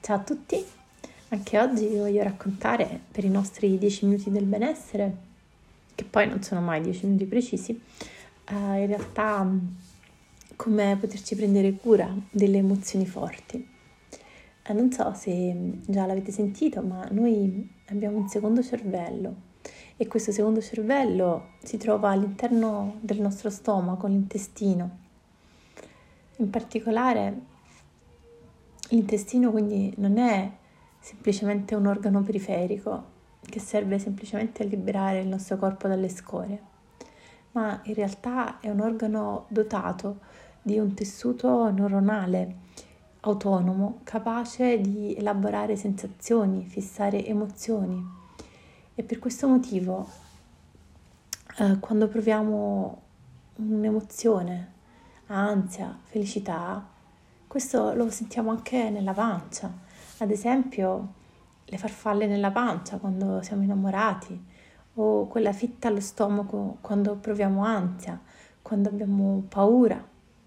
Ciao a tutti, anche oggi vi voglio raccontare per i nostri 10 minuti del benessere, che poi non sono mai 10 minuti precisi, in realtà come poterci prendere cura delle emozioni forti. Non so se già l'avete sentito, ma noi abbiamo un secondo cervello e questo secondo cervello si trova all'interno del nostro stomaco, l'intestino. In particolare l'intestino quindi non è semplicemente un organo periferico che serve semplicemente a liberare il nostro corpo dalle scorie, ma in realtà è un organo dotato di un tessuto neuronale autonomo, capace di elaborare sensazioni, fissare emozioni. E per questo motivo, quando proviamo un'emozione, ansia, felicità, questo lo sentiamo anche nella pancia. Ad esempio, le farfalle nella pancia quando siamo innamorati, o quella fitta allo stomaco quando proviamo ansia, quando abbiamo paura.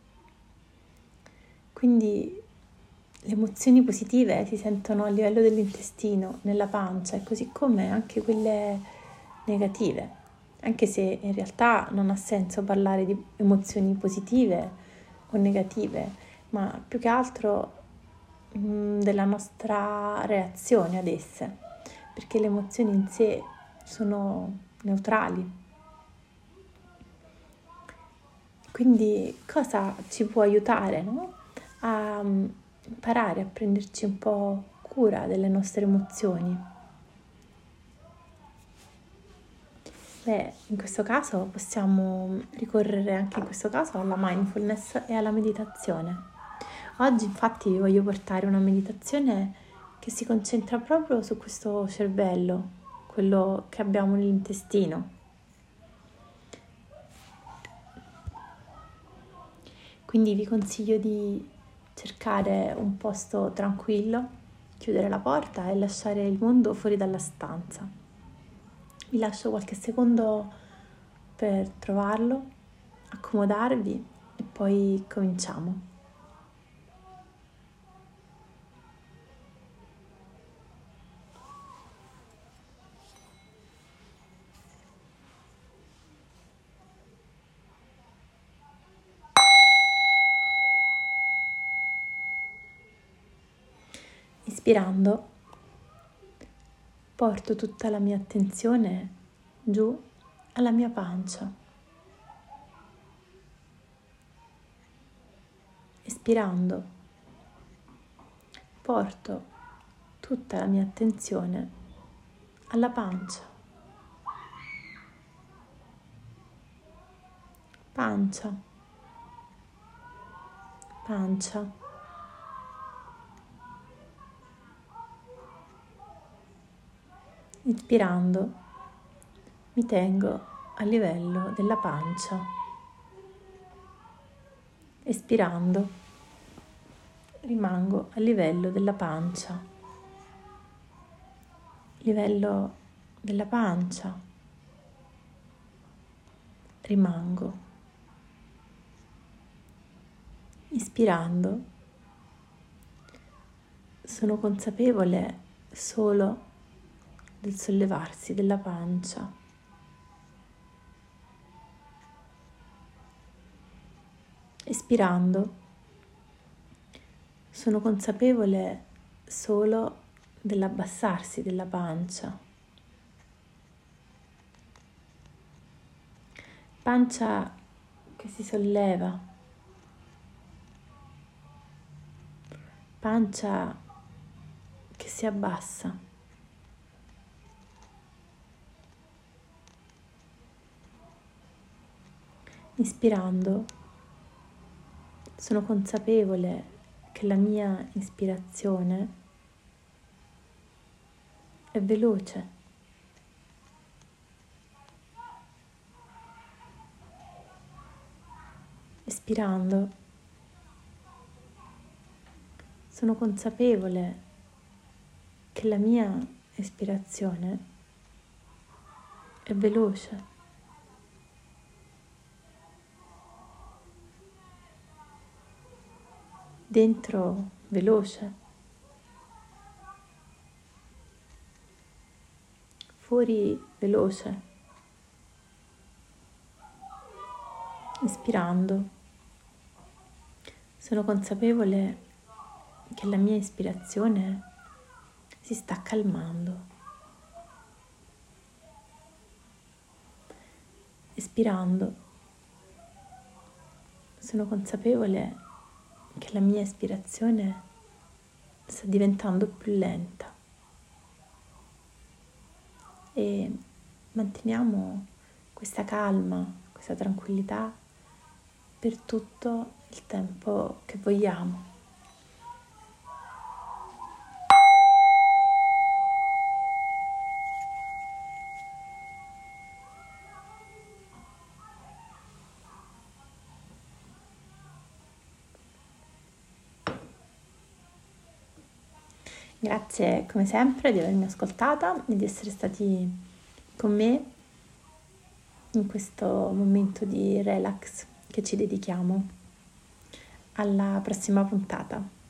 Quindi le emozioni positive si sentono a livello dell'intestino, nella pancia, e così come anche quelle negative, anche se in realtà non ha senso parlare di emozioni positive o negative, ma più che altro della nostra reazione ad esse, perché le emozioni in sé sono neutrali. Quindi cosa ci può aiutare, no? A imparare a prenderci un po' cura delle nostre emozioni? Beh, in questo caso possiamo ricorrere anche in questo caso alla mindfulness e alla meditazione. Oggi infatti vi voglio portare una meditazione che si concentra proprio su questo cervello, quello che abbiamo nell'intestino. Quindi vi consiglio di cercare un posto tranquillo, chiudere la porta e lasciare il mondo fuori dalla stanza. Vi lascio qualche secondo per trovarlo, accomodarvi e poi cominciamo. Ispirando, porto tutta la mia attenzione giù alla mia pancia. Espirando, porto tutta la mia attenzione alla pancia. Pancia, pancia. Inspirando, mi tengo a livello della pancia. Espirando, rimango a livello della pancia. Livello della pancia. Rimango. Ispirando, sono consapevole solo del sollevarsi della pancia. Espirando, sono consapevole solo dell'abbassarsi della pancia. Pancia che si solleva, pancia che si abbassa. Ispirando, sono consapevole che la mia ispirazione è veloce. Espirando, sono consapevole che la mia espirazione è veloce. Dentro veloce, fuori veloce, ispirando. Sono consapevole che la mia ispirazione si sta calmando. Espirando, sono consapevole che la mia ispirazione sta diventando più lenta e manteniamo questa calma, questa tranquillità per tutto il tempo che vogliamo. Grazie come sempre di avermi ascoltata e di essere stati con me in questo momento di relax che ci dedichiamo. Alla prossima puntata.